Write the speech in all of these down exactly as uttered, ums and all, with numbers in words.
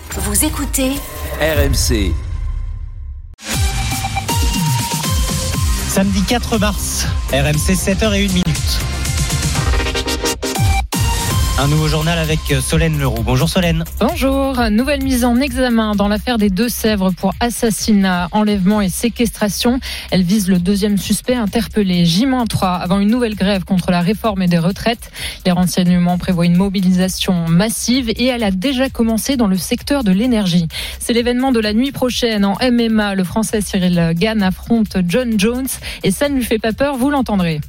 Vous écoutez R M C. Samedi quatre mars, R M C sept heures zéro une minute. Un nouveau journal avec Solène Leroux. Bonjour Solène. Bonjour. Nouvelle mise en examen dans l'affaire des Deux-Sèvres pour assassinat, enlèvement et séquestration. Elle vise le deuxième suspect interpellé J trois avant une nouvelle grève contre la réforme des retraites. Les renseignements prévoient une mobilisation massive et elle a déjà commencé dans le secteur de l'énergie. C'est l'événement de la nuit prochaine en M M A. Le Français Cyril Gane affronte John Jones et ça ne lui fait pas peur, vous l'entendrez.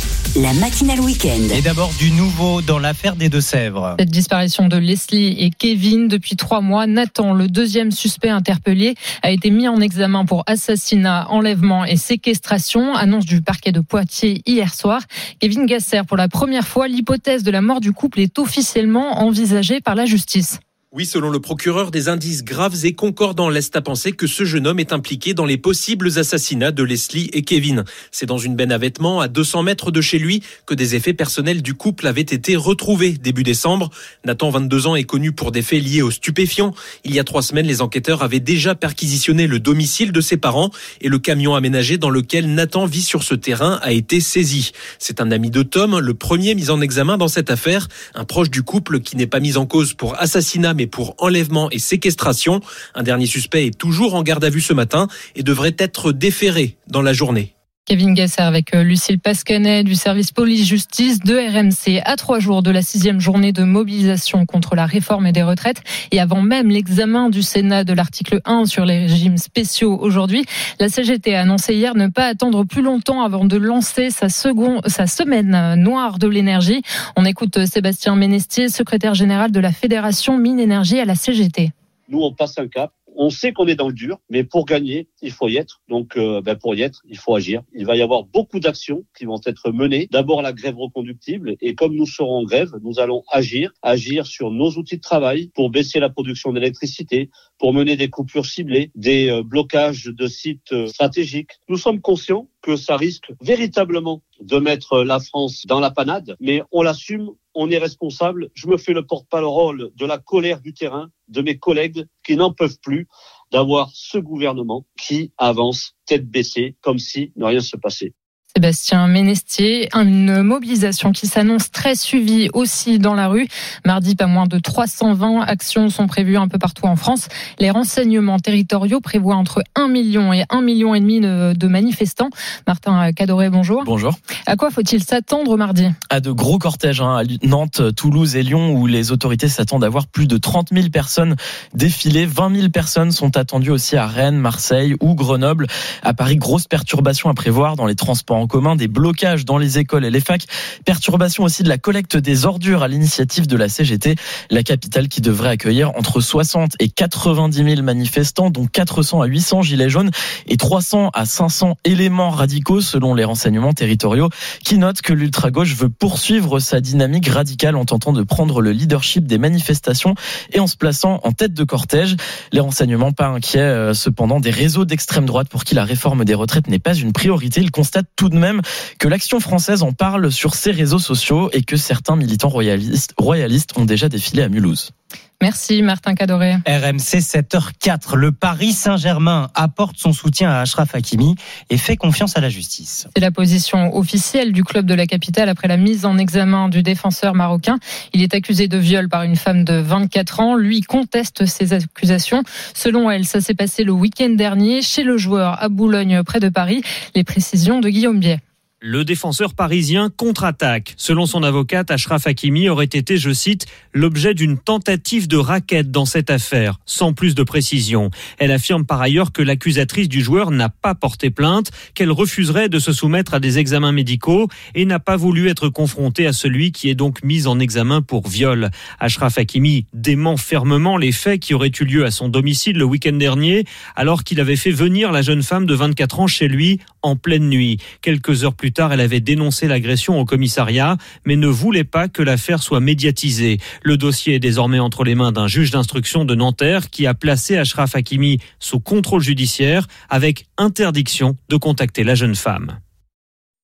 La matinale week-end. Et d'abord du nouveau dans l'affaire des Deux-Sèvres. Cette disparition de Leslie et Kevin depuis trois mois. Nathan, le deuxième suspect interpellé, a été mis en examen pour assassinat, enlèvement et séquestration. Annonce du parquet de Poitiers hier soir. Kevin Gasser, pour la première fois, l'hypothèse de la mort du couple est officiellement envisagée par la justice. Oui, selon le procureur, des indices graves et concordants laissent à penser que ce jeune homme est impliqué dans les possibles assassinats de Leslie et Kevin. C'est dans une benne à vêtements à deux cents mètres de chez lui que des effets personnels du couple avaient été retrouvés début décembre. Nathan, vingt-deux ans, est connu pour des faits liés aux stupéfiants. Il y a trois semaines, les enquêteurs avaient déjà perquisitionné le domicile de ses parents et le camion aménagé dans lequel Nathan vit sur ce terrain a été saisi. C'est un ami de Tom, le premier mis en examen dans cette affaire, un proche du couple qui n'est pas mis en cause pour assassinat mais pour enlèvement et séquestration. Un dernier suspect est toujours en garde à vue ce matin et devrait être déféré dans la journée. Kevin Gasser avec Lucille Pascanet du service police-justice de R M C à trois jours de la sixième journée de mobilisation contre la réforme des retraites et avant même l'examen du Sénat de l'article un sur les régimes spéciaux aujourd'hui. La C G T a annoncé hier ne pas attendre plus longtemps avant de lancer sa, seconde, sa semaine noire de l'énergie. On écoute Sébastien Ménestier, secrétaire général de la Fédération Mines Énergie à la C G T. Nous, on passe un cap. On sait qu'on est dans le dur, mais pour gagner, il faut y être. Donc, euh, ben pour y être, il faut agir. Il va y avoir beaucoup d'actions qui vont être menées. D'abord, la grève reconductible. Et comme nous serons en grève, nous allons agir, agir sur nos outils de travail pour baisser la production d'électricité, pour mener des coupures ciblées, des euh, blocages de sites euh, stratégiques. Nous sommes conscients que ça risque véritablement de mettre la France dans la panade, mais on l'assume. On est responsable. Je me fais le porte-parole de la colère du terrain, de mes collègues qui n'en peuvent plus d'avoir ce gouvernement qui avance tête baissée comme si ne rien se passait. Sébastien Ménestier, une mobilisation qui s'annonce très suivie aussi dans la rue. Mardi, pas moins de trois cent vingt actions sont prévues un peu partout en France. Les renseignements territoriaux prévoient entre un million et un million et demi de manifestants. Martin Cadoret, bonjour. Bonjour. À quoi faut-il s'attendre mardi ? À de gros cortèges hein, à Nantes, Toulouse et Lyon où les autorités s'attendent à voir plus de trente mille personnes défiler. vingt mille personnes sont attendues aussi à Rennes, Marseille ou Grenoble. À Paris, grosse perturbation à prévoir dans les transports en commun, des blocages dans les écoles et les facs, perturbation aussi de la collecte des ordures à l'initiative de la C G T, la capitale qui devrait accueillir entre soixante et quatre-vingt-dix mille manifestants, dont quatre cents à huit cents gilets jaunes et trois cents à cinq cents éléments radicaux selon les renseignements territoriaux qui notent que l'ultra-gauche veut poursuivre sa dynamique radicale en tentant de prendre le leadership des manifestations et en se plaçant en tête de cortège. Les renseignements pas inquiets euh, cependant des réseaux d'extrême droite pour qui la réforme des retraites n'est pas une priorité. Ils constatent tout de même que l'Action française en parle sur ses réseaux sociaux et que certains militants royalistes, royalistes ont déjà défilé à Mulhouse. Merci Martin Cadoret. R M C sept heures quatre. Le Paris Saint-Germain apporte son soutien à Achraf Hakimi et fait confiance à la justice. C'est la position officielle du club de la capitale après la mise en examen du défenseur marocain. Il est accusé de viol par une femme de vingt-quatre ans. Lui conteste ces accusations. Selon elle, ça s'est passé le week-end dernier chez le joueur à Boulogne près de Paris. Les précisions de Guillaume Biet. Le défenseur parisien contre-attaque. Selon son avocate, Achraf Hakimi aurait été, je cite, l'objet d'une tentative de racket dans cette affaire, sans plus de précision. Elle affirme par ailleurs que l'accusatrice du joueur n'a pas porté plainte, qu'elle refuserait de se soumettre à des examens médicaux et n'a pas voulu être confrontée à celui qui est donc mis en examen pour viol. Achraf Hakimi dément fermement les faits qui auraient eu lieu à son domicile le week-end dernier, alors qu'il avait fait venir la jeune femme de vingt-quatre ans chez lui en pleine nuit. Quelques heures plus tard, elle avait dénoncé l'agression au commissariat, mais ne voulait pas que l'affaire soit médiatisée. Le dossier est désormais entre les mains d'un juge d'instruction de Nanterre qui a placé Achraf Hakimi sous contrôle judiciaire avec interdiction de contacter la jeune femme.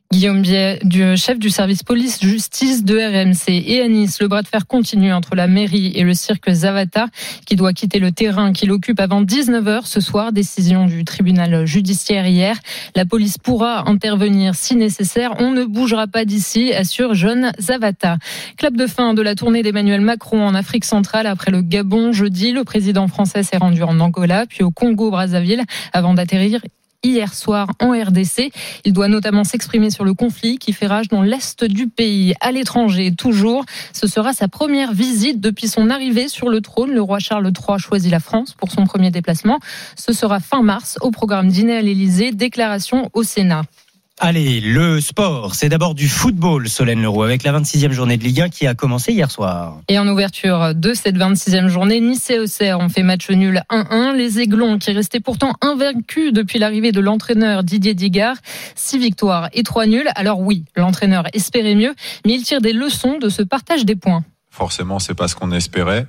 Guillaume Biet, du chef du service police-justice de R M C. Et à Nice, le bras de fer continue entre la mairie et le cirque Zavata, qui doit quitter le terrain qu'il occupe avant dix-neuf heures ce soir. Décision du tribunal judiciaire hier. La police pourra intervenir si nécessaire. On ne bougera pas d'ici, assure John Zavata. Clap de fin de la tournée d'Emmanuel Macron en Afrique centrale après le Gabon jeudi. Le président français s'est rendu en Angola, puis au Congo-Brazzaville, avant d'atterrir hier soir en R D C. Il doit notamment s'exprimer sur le conflit qui fait rage dans l'est du pays. À l'étranger, toujours, ce sera sa première visite depuis son arrivée sur le trône. Le roi Charles trois choisit la France pour son premier déplacement. Ce sera fin mars, au programme dîner à l'Élysée, déclaration au Sénat. Allez, le sport, c'est d'abord du football, Solène Leroux, avec la vingt-sixième journée de Ligue un qui a commencé hier soir. Et en ouverture de cette vingt-sixième journée, Nice et Auxerre ont fait match nul un un. Les Aiglons, qui restaient pourtant invaincus depuis l'arrivée de l'entraîneur Didier Digard, six victoires et trois nuls. Alors oui, l'entraîneur espérait mieux, mais il tire des leçons de ce partage des points. Forcément, c'est pas ce qu'on espérait,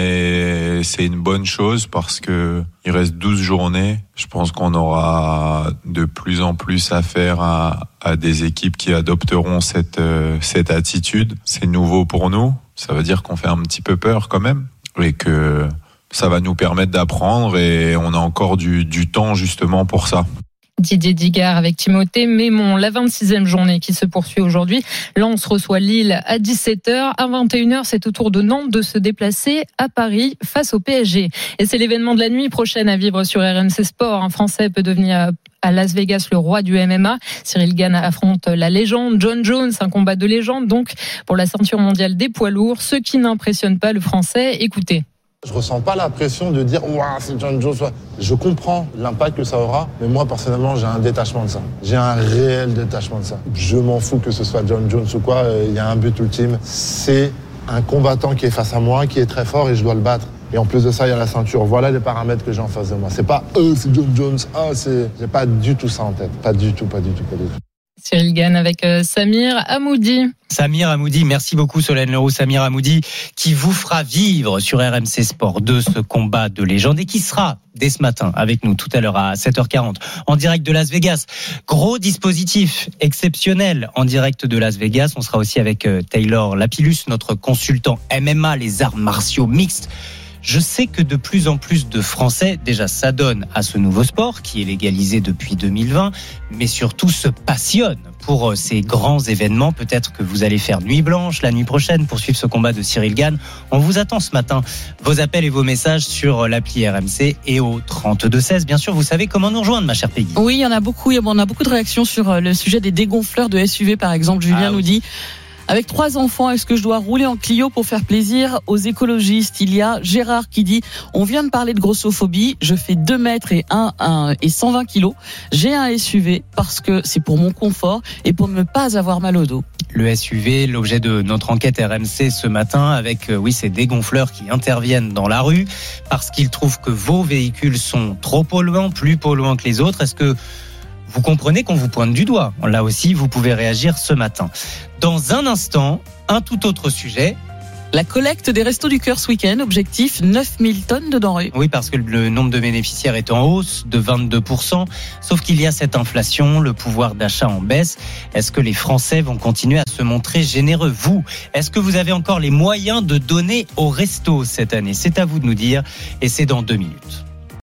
mais c'est une bonne chose parce que il reste douze journées. Je pense qu'on aura de plus en plus affaire à, à des équipes qui adopteront cette, euh, cette attitude. C'est nouveau pour nous. Ça veut dire qu'on fait un petit peu peur quand même et que ça va nous permettre d'apprendre et on a encore du, du temps justement pour ça. Didier Digard avec Timothée Mémon. La vingt-sixième journée qui se poursuit aujourd'hui. Lens reçoit Lille à dix-sept heures. À vingt et une heures, c'est au tour de Nantes de se déplacer à Paris face au P S G. Et c'est l'événement de la nuit prochaine à vivre sur R M C Sport. Un Français peut devenir à Las Vegas le roi du M M A. Cyril Gane affronte la légende John Jones. Un combat de légende donc pour la ceinture mondiale des poids lourds. Ce qui n'impressionne pas le Français, écoutez. Je ressens pas la pression de dire ouah c'est John Jones. Je comprends l'impact que ça aura, mais moi personnellement j'ai un détachement de ça. J'ai un réel détachement de ça. Je m'en fous que ce soit John Jones ou quoi. Il y a un but ultime. C'est un combattant qui est face à moi, qui est très fort et je dois le battre. Et en plus de ça, il y a la ceinture. Voilà les paramètres que j'ai en face de moi. C'est pas euh c'est John Jones. Ah c'est. J'ai pas du tout ça en tête. Pas du tout, pas du tout, pas du tout. Cyril Gane avec euh, Samir Hamoudi. Samir Hamoudi, merci beaucoup Solène Leroux. Samir Hamoudi qui vous fera vivre sur R M C Sport deux ce combat de légende et qui sera dès ce matin avec nous tout à l'heure à sept heures quarante en direct de Las Vegas. Gros dispositif exceptionnel en direct de Las Vegas. On sera aussi avec euh, Taylor Lapillus, notre consultant M M A, les arts martiaux mixtes. Je sais que de plus en plus de Français déjà s'adonnent à ce nouveau sport qui est légalisé depuis deux mille vingt, mais surtout se passionnent pour ces grands événements. Peut-être que vous allez faire nuit blanche la nuit prochaine pour suivre ce combat de Cyril Gane. On vous attend ce matin. Vos appels et vos messages sur l'appli R M C et au trente-deux seize. Bien sûr, vous savez comment nous rejoindre, ma chère Peggy. Oui, il y en a beaucoup. On a beaucoup de réactions sur le sujet des dégonfleurs de S U V, par exemple. Julien ah, nous oui. dit... Avec trois enfants, est-ce que je dois rouler en Clio pour faire plaisir aux écologistes? Il y a Gérard qui dit, on vient de parler de grossophobie, je fais deux mètres et un, un et cent vingt kilos. J'ai un S U V parce que c'est pour mon confort et pour ne pas avoir mal au dos. Le S U V, l'objet de notre enquête R M C ce matin avec, oui, ces dégonfleurs qui interviennent dans la rue parce qu'ils trouvent que vos véhicules sont trop polluants, plus polluants que les autres. Est-ce que vous comprenez qu'on vous pointe du doigt? Là aussi, vous pouvez réagir ce matin. Dans un instant, un tout autre sujet. La collecte des Restos du Cœur ce week-end, objectif neuf mille tonnes de denrées. Oui, parce que le nombre de bénéficiaires est en hausse de vingt-deux pour cent. Sauf qu'il y a cette inflation, le pouvoir d'achat en baisse. Est-ce que les Français vont continuer à se montrer généreux? Vous, est-ce que vous avez encore les moyens de donner au resto cette année? C'est à vous de nous dire et c'est dans deux minutes.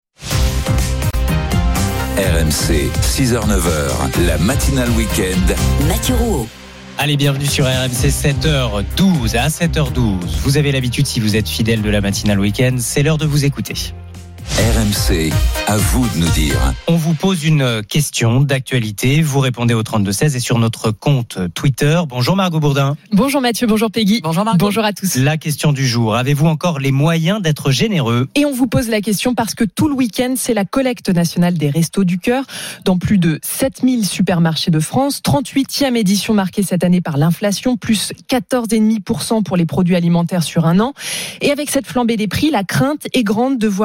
R M C, six heures neuf heures, la matinale week-end. Mathieu Rouault. Allez, bienvenue sur R M C, sept heures douze. À sept heures douze, vous avez l'habitude, si vous êtes fidèle de la matinale week-end, c'est l'heure de vous écouter. R M C, à vous de nous dire. On vous pose une question d'actualité, vous répondez au trente-deux seize et sur notre compte Twitter. Bonjour Margot Bourdin. Bonjour Mathieu, bonjour Peggy. Bonjour Margot. Bonjour à tous. La question du jour, avez-vous encore les moyens d'être généreux? Et on vous pose la question parce que tout le week-end, c'est la collecte nationale des Restos du Cœur dans plus de sept mille supermarchés de France. trente-huitième édition marquée cette année par l'inflation, plus quatorze virgule cinq pour cent pour les produits alimentaires sur un an. Et avec cette flambée des prix, la crainte est grande de voir les dons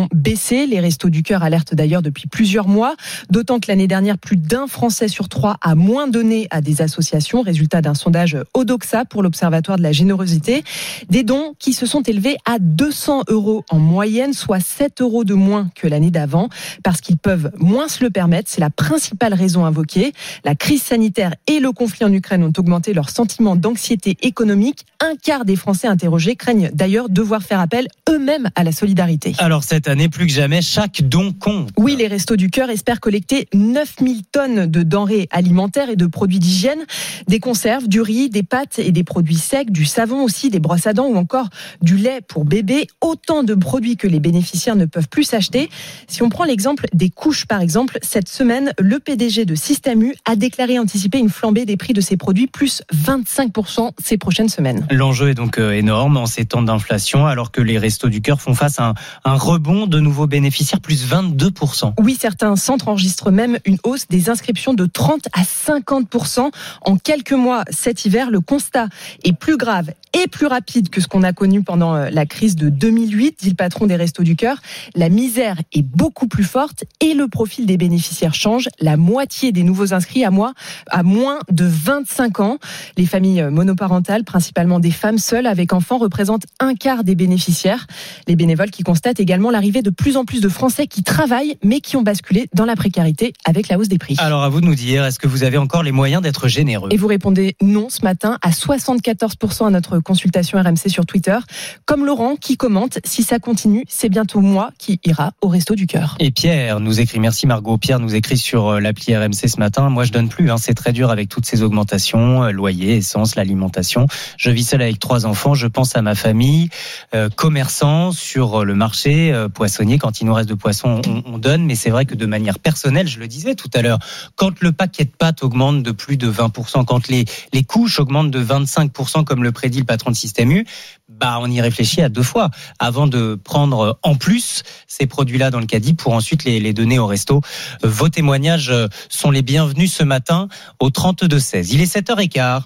baissé. Les Restos du Cœur alertent d'ailleurs depuis plusieurs mois, d'autant que l'année dernière, plus d'un Français sur trois a moins donné à des associations, résultat d'un sondage Odoxa pour l'Observatoire de la générosité. Des dons qui se sont élevés à deux cents euros en moyenne, soit sept euros de moins que l'année d'avant, parce qu'ils peuvent moins se le permettre. C'est la principale raison invoquée. La crise sanitaire et le conflit en Ukraine ont augmenté leur sentiment d'anxiété économique. Un quart des Français interrogés craignent d'ailleurs devoir faire appel eux-mêmes à la solidarité. Alors cette année, plus que jamais, chaque don compte. Oui, les Restos du Cœur espèrent collecter neuf mille tonnes de denrées alimentaires et de produits d'hygiène, des conserves, du riz, des pâtes et des produits secs, du savon aussi, des brosses à dents ou encore du lait pour bébés. Autant de produits que les bénéficiaires ne peuvent plus s'acheter. Si on prend l'exemple des couches par exemple, cette semaine, le P D G de Système U a déclaré anticiper une flambée des prix de ces produits, plus vingt-cinq pour cent ces prochaines semaines. L'enjeu est donc énorme en ces temps d'inflation, alors que les Restos du Cœur font face à un, un rebond de nouveaux bénéficiaires, plus vingt-deux pour cent. Oui, certains centres enregistrent même une hausse des inscriptions de trente à cinquante pour cent en quelques mois cet hiver. Le constat est plus grave et plus rapide que ce qu'on a connu pendant la crise de deux mille huit, dit le patron des Restos du Cœur. La misère est beaucoup plus forte et le profil des bénéficiaires change. La moitié des nouveaux inscrits à, moi, à moins de vingt-cinq ans. Les familles monoparentales, principalement des femmes seules avec enfants, représentent un quart des bénéficiaires. Les bénévoles qui constatent également l'arrivée de plus en plus de Français qui travaillent mais qui ont basculé dans la précarité avec la hausse des prix. Alors à vous de nous dire, est-ce que vous avez encore les moyens d'être généreux ? Et vous répondez non ce matin à soixante-quatorze pour cent à notre consultation R M C sur Twitter. Comme Laurent qui commente, si ça continue, c'est bientôt moi qui ira au Resto du Cœur. Et Pierre nous écrit, merci Margot, Pierre nous écrit sur l'appli R M C ce matin, moi je donne plus, hein, c'est très dur avec toutes ces augmentations, loyer, essence, l'alimentation. Je vis seul avec trois enfants, je pense à ma famille, euh, commerçant sur le marché, euh, poissonnier, quand il nous reste de poissons, on, on donne, mais c'est vrai que de manière personnelle, je le disais tout à l'heure, quand le paquet de pâtes augmente de plus de vingt pour cent, quand les, les couches augmentent de vingt-cinq pour cent comme le prédit le patron de Système U, bah on y réfléchit à deux fois avant de prendre en plus ces produits-là dans le caddie pour ensuite les, les donner au resto. Vos témoignages sont les bienvenus ce matin au trente-deux seize. Il est sept heures quinze.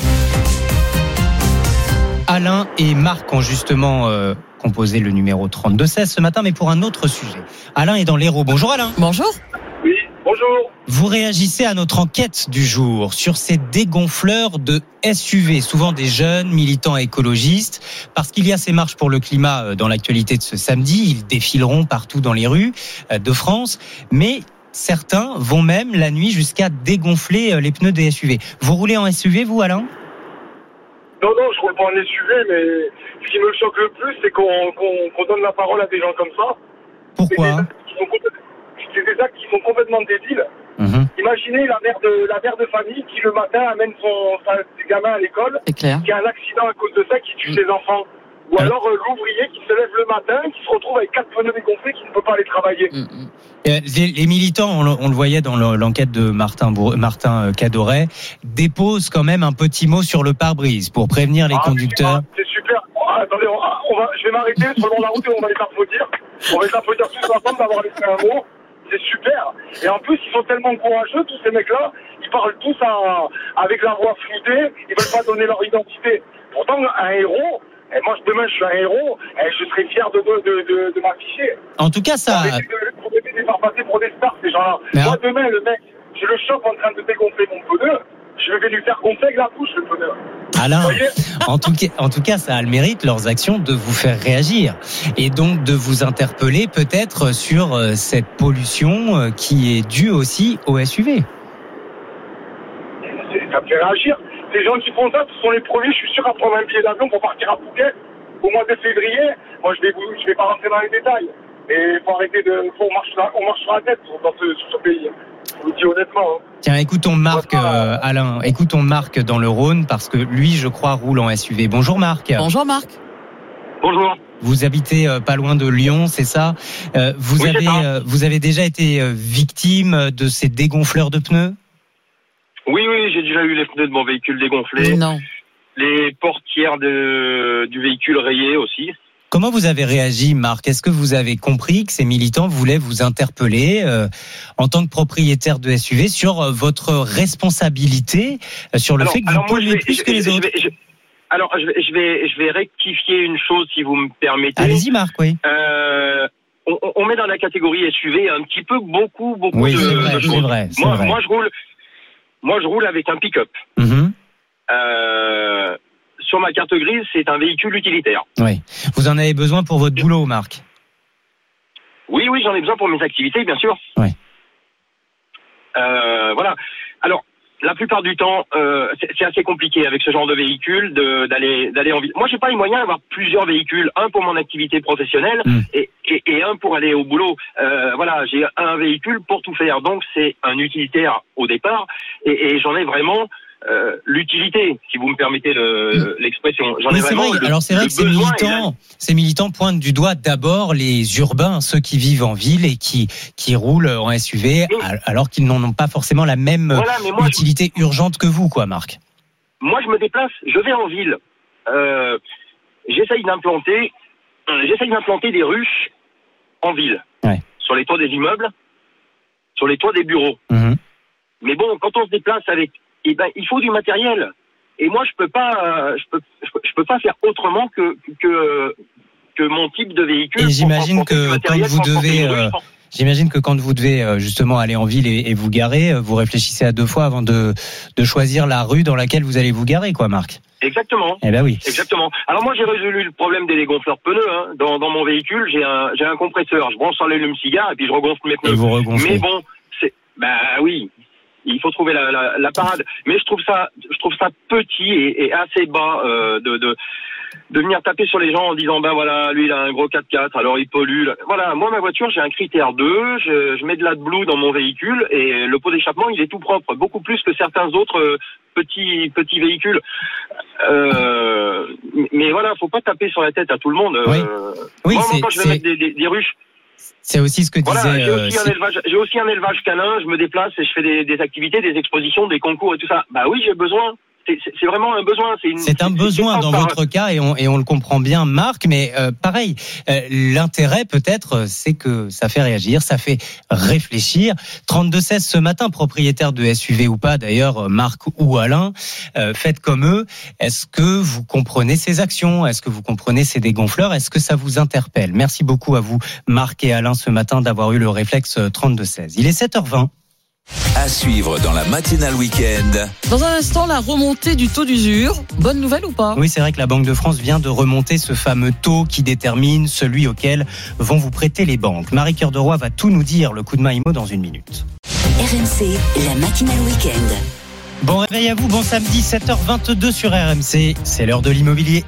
Alain et Marc ont justement euh, composé le numéro trente-deux seize ce matin, mais pour un autre sujet. Alain est dans l'Hérault. Bonjour Alain. Bonjour. Oui, bonjour. Vous réagissez à notre enquête du jour sur ces dégonfleurs de S U V, souvent des jeunes militants écologistes, parce qu'il y a ces marches pour le climat dans l'actualité de ce samedi. Ils défileront partout dans les rues de France, mais certains vont même la nuit jusqu'à dégonfler les pneus des S U V. Vous roulez en S U V, vous, Alain ? Non, non, je roule pas en S U V, mais ce qui me choque le plus, c'est qu'on, qu'on, qu'on donne la parole à des gens comme ça. Pourquoi ? C'est des actes qui sont complètement débiles. Mmh. Imaginez la mère de la mère de famille qui le matin amène son sa, ses gamins à l'école, qui a un accident à cause de ça, qui tue mmh. ses enfants. Ou alors euh, l'ouvrier qui se lève le matin, qui se retrouve avec quatre pneus dégonflés, qui ne peut pas aller travailler. Mmh. Euh, les, les militants, on le, on le voyait dans le, l'enquête de Martin, Bour, Martin Cadoret, déposent quand même un petit mot sur le pare-brise pour prévenir les ah, conducteurs. C'est super. Ah, attendez, on, on va, je vais m'arrêter sur le long de la route et on va les applaudir. On va les applaudir tous ensemble d'avoir laissé un mot. C'est super. Et en plus, ils sont tellement courageux, tous ces mecs-là. Ils parlent tous à, avec la voix floutée. Ils veulent pas donner leur identité. Pourtant, un héros, et moi, demain, je suis un héros, et je serais fier de, de, de, de, de m'afficher. En tout cas, ça... Pour arrêter de les faire passer pour des stars, ces gens-là. Mais moi, demain, le mec, je le chope en train de dégonfler mon pneu. Je vais lui faire gonfler avec la bouche, le pneu. Alain, en tout, cas, en tout cas, ça a le mérite, leurs actions, de vous faire réagir. Et donc de vous interpeller peut-être sur cette pollution qui est due aussi au S U V. Ça me fait réagir. Les gens qui font ça, ce sont les premiers, je suis sûr, à prendre un billet d'avion pour partir à Phuket au mois de février. Moi, je vais, je vais pas rentrer dans les détails. Et faut arrêter de... Faut, on, marche, on marche sur la tête dans ce, sur ce pays. Je vous le dis honnêtement. Hein. Tiens, écoutons Marc, euh, Alain, écoutons Marc dans le Rhône, parce que lui, je crois, roule en S U V. Bonjour Marc. Bonjour Marc. Bonjour. Vous habitez euh, pas loin de Lyon, c'est ça ? euh, vous, oui, avez, euh, vous avez déjà été euh, victime de ces dégonfleurs de pneus ? Oui, oui, j'ai déjà eu les pneus de mon véhicule dégonflés. Non. Les portières de, du véhicule rayées aussi. Comment vous avez réagi, Marc ? Est-ce que vous avez compris que ces militants voulaient vous interpeller euh, en tant que propriétaire de S U V sur euh, votre responsabilité, euh, sur le alors, fait que vous polluez plus je, que les je, autres ? je, je, Alors, je vais, je, vais, je vais rectifier une chose, si vous me permettez. Allez-y, Marc, oui. Euh, on, on, on, on met dans la catégorie S U V un petit peu beaucoup, beaucoup oui, de, c'est vrai, de choses. C'est vrai, c'est moi, vrai. moi, je roule, moi, je roule avec un pick-up. Mm-hmm. Euh, sur ma carte grise, c'est un véhicule utilitaire. Oui. Vous en avez besoin pour votre boulot, Marc? Oui, oui, j'en ai besoin pour mes activités, bien sûr. Oui. Euh, voilà. Alors, la plupart du temps, euh, c'est, c'est assez compliqué avec ce genre de véhicule de, d'aller, d'aller en ville. Moi, j'ai pas les moyens d'avoir plusieurs véhicules, un pour mon activité professionnelle mmh. et, et, et un pour aller au boulot. Euh, voilà, j'ai un véhicule pour tout faire. Donc, c'est un utilitaire au départ et, et j'en ai vraiment euh, l'utilité, si vous me permettez le, mmh. l'expression. J'en Mais ai c'est vraiment vrai. le, Alors, c'est vrai le que ces militants, ces militants pointent du doigt d'abord les urbains, ceux qui vivent en ville et qui, qui roulent en S U V, mmh. alors qu'ils n'en ont pas forcément la même voilà, moi, utilité je... urgente que vous, quoi, Marc. Moi, je me déplace, je vais en ville. Euh, j'essaye d'implanter, euh, j'essaye d'implanter des ruches en ville, ouais. sur les toits des immeubles, sur les toits des bureaux. Mmh. Mais bon, quand on se déplace avec, eh ben, il faut du matériel. Et moi, je peux pas, euh, je peux, je peux, je peux pas faire autrement que que que mon type de véhicule. Et j'imagine que quand vous devez, euh, ruche, j'imagine que quand vous devez euh, justement aller en ville et, et vous garer, vous réfléchissez à deux fois avant de de choisir la rue dans laquelle vous allez vous garer, quoi, Marc. Exactement. Eh ben oui. Exactement. Alors moi, j'ai résolu le problème des dégonfleurs pneus. Hein. Dans dans mon véhicule, j'ai un j'ai un compresseur. Je branche sur l'allume-cigare et puis je regonfle mes pneus. Et vous regonflez. Mais bon, c'est bah oui. Il faut trouver la, la, la parade, mais je trouve ça, je trouve ça petit et, et assez bas euh, de, de de venir taper sur les gens en disant ben voilà, lui il a un gros quatre quatre, alors il pollue. Voilà, moi ma voiture j'ai un critère deux, je, je mets de l'AdBlue dans mon véhicule et le pot d'échappement il est tout propre, beaucoup plus que certains autres euh, petits petits véhicules. Euh, mais voilà, faut pas taper sur la tête à tout le monde. Oui, euh, oui moi, c'est, quand je vais c'est... mettre des, des, des ruches. C'est aussi ce que disait. Voilà, j'ai aussi, euh, un élevage, j'ai aussi un élevage canin, je me déplace et je fais des, des activités, des expositions, des concours et tout ça. Bah oui, j'ai besoin. C'est, c'est, c'est vraiment un besoin. C'est, une, c'est un c'est, besoin c'est dans par... votre cas et on, et on le comprend bien, Marc. Mais euh, pareil, euh, l'intérêt peut-être, c'est que ça fait réagir, ça fait réfléchir. trente-deux seize ce matin, propriétaire de S U V ou pas, d'ailleurs, Marc ou Alain, euh, faites comme eux. Est-ce que vous comprenez ces actions? Est-ce que vous comprenez ces dégonfleurs? Est-ce que ça vous interpelle? Merci beaucoup à vous, Marc et Alain, ce matin d'avoir eu le réflexe trente-deux seize. Il est sept heures vingt. À suivre dans la matinale week-end. Dans un instant, la remontée du taux d'usure. Bonne nouvelle ou pas? Oui, c'est vrai que la Banque de France vient de remonter ce fameux taux qui détermine celui auquel vont vous prêter les banques. Marie Cœur de Roy va tout nous dire, le coup de main IMO dans une minute. R M C, la matinale week-end. Bon réveil à vous, bon samedi, sept heures vingt-deux sur R M C, c'est l'heure de l'immobilier.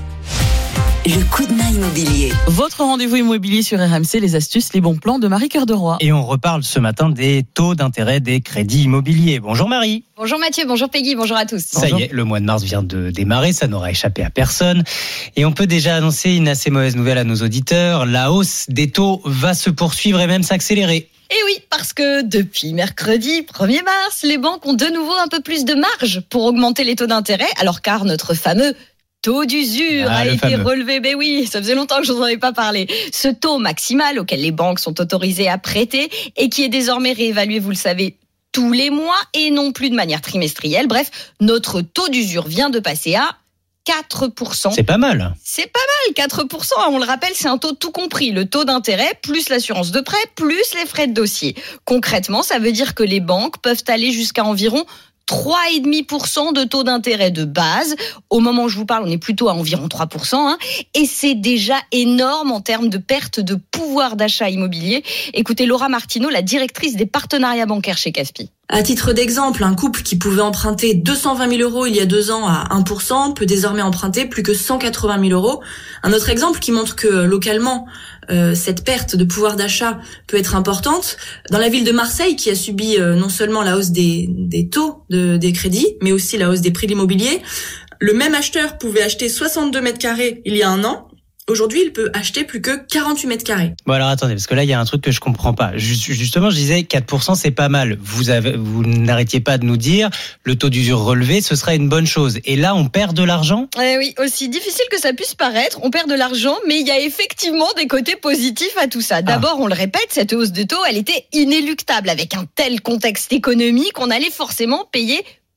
Le coup de main immobilier. Votre rendez-vous immobilier sur R M C, les astuces, les bons plans de Marie Cœur de Roy. Et on reparle ce matin des taux d'intérêt des crédits immobiliers. Bonjour Marie. Bonjour Mathieu, bonjour Peggy, bonjour à tous. Ça y est, le mois de mars vient de démarrer, ça n'aura échappé à personne. Et on peut déjà annoncer une assez mauvaise nouvelle à nos auditeurs. La hausse des taux va se poursuivre et même s'accélérer. Et oui, parce que depuis mercredi premier mars, les banques ont de nouveau un peu plus de marge pour augmenter les taux d'intérêt, alors car notre fameux taux d'usure ah, a été fameux. relevé. Ben oui, ça faisait longtemps que je n'en avais pas parlé. Ce taux maximal auquel les banques sont autorisées à prêter et qui est désormais réévalué, vous le savez, tous les mois et non plus de manière trimestrielle. Bref, notre taux d'usure vient de passer à quatre pour cent. C'est pas mal. C'est pas mal, quatre pour cent. On le rappelle, c'est un taux tout compris. Le taux d'intérêt, plus l'assurance de prêt, plus les frais de dossier. Concrètement, ça veut dire que les banques peuvent aller jusqu'à environ trois virgule cinq pour cent de taux d'intérêt de base. Au moment où je vous parle, on est plutôt à environ trois pour cent. Hein, et c'est déjà énorme en termes de perte de pouvoir d'achat immobilier. Écoutez Laura Martineau, la directrice des partenariats bancaires chez Caspi. À titre d'exemple, un couple qui pouvait emprunter deux cent vingt mille euros il y a deux ans à un pour cent peut désormais emprunter plus que cent quatre-vingt mille euros. Un autre exemple qui montre que localement, euh, cette perte de pouvoir d'achat peut être importante. Dans la ville de Marseille, qui a subi euh, non seulement la hausse des, des taux de, des crédits, mais aussi la hausse des prix de l'immobilier, le même acheteur pouvait acheter soixante-deux mètres carrés il y a un an. Aujourd'hui, il peut acheter plus que quarante-huit mètres carrés. Bon alors attendez, parce que là il y a un truc que je comprends pas. Just, justement, je disais quatre pour cent c'est pas mal. Vous avez, vous n'arrêtiez pas de nous dire le taux d'usure relevé, ce serait une bonne chose. Et là, on perd de l'argent ? Eh oui, aussi difficile que ça puisse paraître, on perd de l'argent, mais il y a effectivement des côtés positifs à tout ça. D'abord, ah. on le répète, cette hausse de taux, elle était inéluctable avec un tel contexte économique, on allait forcément payer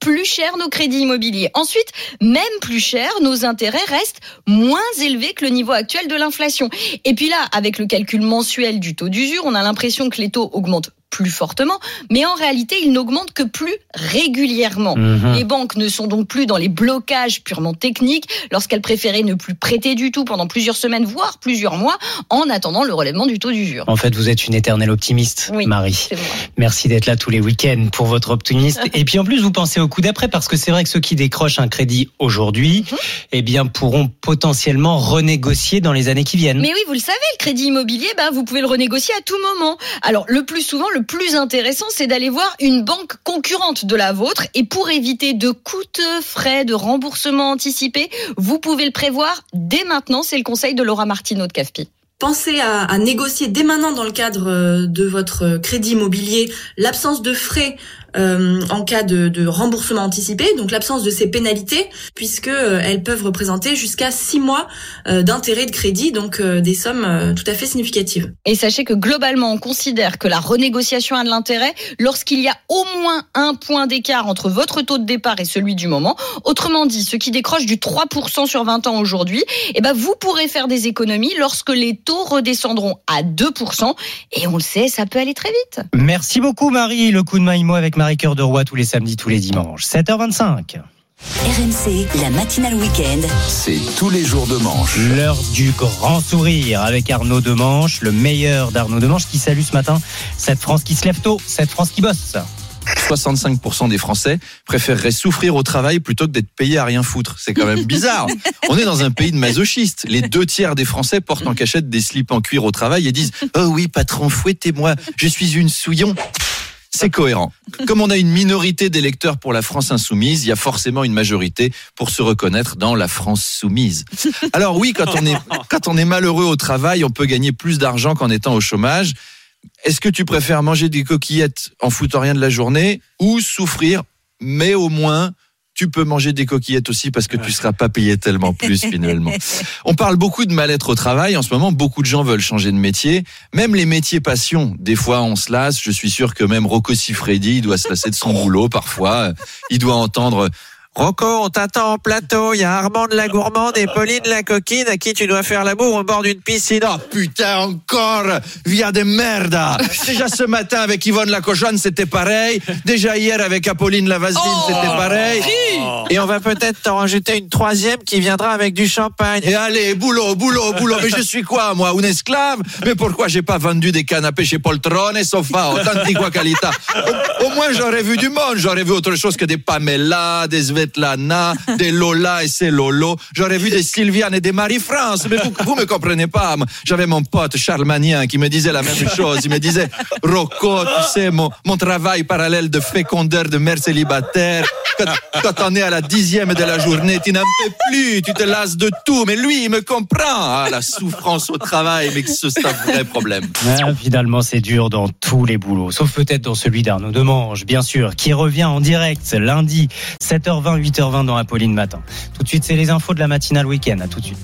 plus cher nos crédits immobiliers. Ensuite, même plus cher, nos intérêts restent moins élevés que le niveau actuel de l'inflation. Et puis là, avec le calcul mensuel du taux d'usure, on a l'impression que les taux augmentent plus fortement, mais en réalité, ils n'augmentent que plus régulièrement. Mmh. Les banques ne sont donc plus dans les blocages purement techniques lorsqu'elles préféraient ne plus prêter du tout pendant plusieurs semaines, voire plusieurs mois, en attendant le relèvement du taux d'usure. En fait, vous êtes une éternelle optimiste, oui, Marie. C'est vrai. Merci d'être là tous les week-ends pour votre optimisme. Et puis en plus, vous pensez au coup d'après, parce que c'est vrai que ceux qui décrochent un crédit aujourd'hui, mmh. eh bien, pourront potentiellement renégocier dans les années qui viennent. Mais oui, vous le savez, le crédit immobilier, bah, vous pouvez le renégocier à tout moment. Alors, le plus souvent, le plus intéressant, c'est d'aller voir une banque concurrente de la vôtre. Et pour éviter de coûteux frais de remboursement anticipé, vous pouvez le prévoir dès maintenant. C'est le conseil de Laura Martineau de C A F P I. Pensez à, à négocier dès maintenant dans le cadre de votre crédit immobilier l'absence de frais euh, en cas de, de remboursement anticipé, donc l'absence de ces pénalités, puisque euh, elles peuvent représenter jusqu'à six mois euh, d'intérêt de crédit, donc euh, des sommes euh, tout à fait significatives. Et sachez que globalement, on considère que la renégociation a de l'intérêt lorsqu'il y a au moins un point d'écart entre votre taux de départ et celui du moment. Autrement dit, ceux qui décrochent du trois pour cent sur vingt ans aujourd'hui, eh ben vous pourrez faire des économies lorsque les taux redescendront à deux pour cent. Et on le sait, ça peut aller très vite. Merci beaucoup Marie. Le coup de main immo avec Marie-Cœur de Roy tous les samedis, tous les dimanches. sept heures vingt-cinq. R M C, la matinale week-end. C'est tous les jours de Manche. L'heure du grand sourire avec Arnaud Demanche, le meilleur d'Arnaud Demanche qui salue ce matin cette France qui se lève tôt, cette France qui bosse. soixante-cinq pour cent des Français préféreraient souffrir au travail plutôt que d'être payés à rien foutre. C'est quand même bizarre. On est dans un pays de masochistes. Les deux tiers des Français portent en cachette des slips en cuir au travail et disent « Oh oui, patron, fouettez-moi, je suis une souillon ». C'est cohérent. Comme on a une minorité d'électeurs pour la France insoumise, il y a forcément une majorité pour se reconnaître dans la France soumise. Alors oui, quand on est, quand on est malheureux au travail, on peut gagner plus d'argent qu'en étant au chômage. Est-ce que tu préfères manger des coquillettes en foutant rien de la journée ou souffrir, mais au moins tu peux manger des coquillettes aussi parce que tu seras pas payé tellement plus finalement. On parle beaucoup de mal-être au travail. En ce moment, beaucoup de gens veulent changer de métier. Même les métiers passion. Des fois, on se lasse. Je suis sûr que même Rocco Siffredi, il doit se lasser de son boulot parfois. Il doit entendre... Rocco, on t'attend en plateau, il y a Armand de la gourmande et Pauline la coquine à qui tu dois faire l'amour au bord d'une piscine. Oh putain, encore via des merdes. Déjà ce matin avec Yvonne la cochonne, c'était pareil. Déjà hier avec Apolline la vaseline, oh, c'était pareil. Oh. Et on va peut-être t'en rajouter une troisième qui viendra avec du champagne. Et allez, boulot, boulot, boulot. Mais je suis quoi, moi, un esclave? Mais pourquoi j'ai pas vendu des canapés chez Poltrone et Sofa, d'antigua qualità? Au, au moins j'aurais vu du monde, j'aurais vu autre chose que des Pamela, des Svetlana, des Lola et ses Lolo. J'aurais vu des Sylviane et des Marie-France. Mais vous, vous me comprenez pas. J'avais mon pote Charles Magnien qui me disait la même chose. Il me disait, Rocco, tu sais, mon, mon travail parallèle de fécondeur de mère célibataire, quand, quand on est à la dixième de la journée, tu n'en peux plus, tu te lasses de tout. Mais lui, il me comprend. Ah, la souffrance au travail, mais c'est un vrai problème. Ah, finalement, c'est dur dans tous les boulots, sauf peut-être dans celui d'Arnaud Demange, bien sûr, qui revient en direct lundi, sept heures vingt, huit heures vingt dans Apolline Matin. Tout de suite, c'est les infos de la matinale week-end. À tout de suite.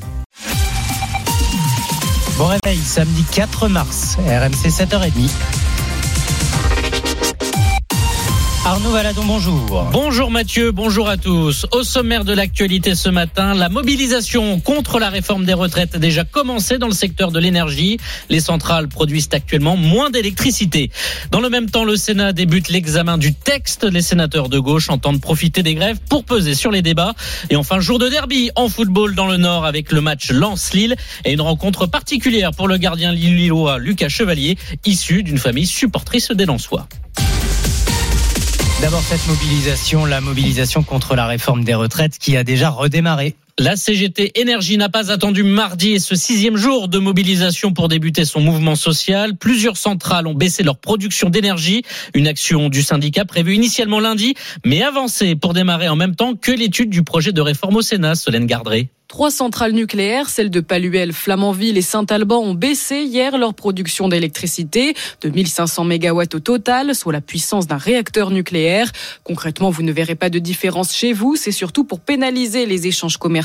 Bon réveil, samedi quatre mars, R M C sept heures trente. Arnaud Valadon, bonjour. Bonjour Mathieu, bonjour à tous. Au sommaire de l'actualité ce matin, la mobilisation contre la réforme des retraites a déjà commencé dans le secteur de l'énergie. Les centrales produisent actuellement moins d'électricité. Dans le même temps, le Sénat débute l'examen du texte. Les sénateurs de gauche entendent profiter des grèves pour peser sur les débats. Et enfin, jour de derby en football dans le Nord avec le match Lens-Lille et une rencontre particulière pour le gardien lillois Lucas Chevalier, issu d'une famille supportrice des Lensois. D'abord cette mobilisation, la mobilisation contre la réforme des retraites qui a déjà redémarré. La C G T Énergie n'a pas attendu mardi et ce sixième jour de mobilisation pour débuter son mouvement social. Plusieurs centrales ont baissé leur production d'énergie. Une action du syndicat prévue initialement lundi, mais avancée pour démarrer en même temps que l'étude du projet de réforme au Sénat. Solène Gardré. Trois centrales nucléaires, celles de Paluel, Flamanville et Saint-Alban, ont baissé hier leur production d'électricité de mille cinq cents mégawatts au total, soit la puissance d'un réacteur nucléaire. Concrètement, vous ne verrez pas de différence chez vous. C'est surtout pour pénaliser les échanges commerciaux